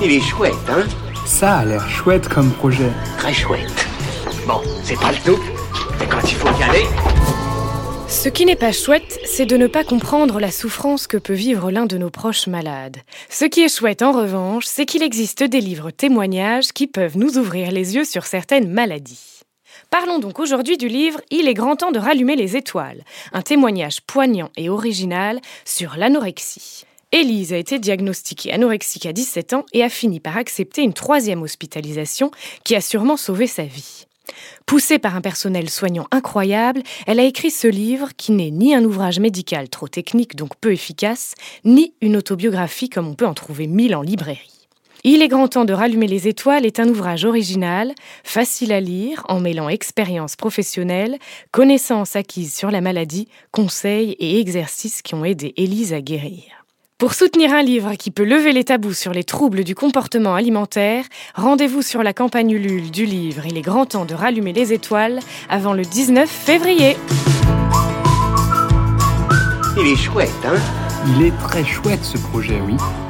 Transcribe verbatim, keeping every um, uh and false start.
Il est chouette, hein? Ça a l'air chouette comme projet. Très chouette. Bon, c'est pas le tout, mais quand il faut y aller... Ce qui n'est pas chouette, c'est de ne pas comprendre la souffrance que peut vivre l'un de nos proches malades. Ce qui est chouette, en revanche, c'est qu'il existe des livres témoignages qui peuvent nous ouvrir les yeux sur certaines maladies. Parlons donc aujourd'hui du livre « Il est grand temps de rallumer les étoiles », un témoignage poignant et original sur l'anorexie. Élise a été diagnostiquée anorexique à dix-sept ans et a fini par accepter une troisième hospitalisation qui a sûrement sauvé sa vie. Poussée par un personnel soignant incroyable, elle a écrit ce livre qui n'est ni un ouvrage médical trop technique, donc peu efficace, ni une autobiographie comme on peut en trouver mille en librairie. Il est grand temps de rallumer les étoiles est un ouvrage original, facile à lire, en mêlant expérience professionnelle, connaissances acquises sur la maladie, conseils et exercices qui ont aidé Élise à guérir. Pour soutenir un livre qui peut lever les tabous sur les troubles du comportement alimentaire, rendez-vous sur la campagne Ulule du livre « Il est grand temps de rallumer les étoiles » avant le dix-neuf février. Il est chouette, hein? Il est très chouette ce projet, oui.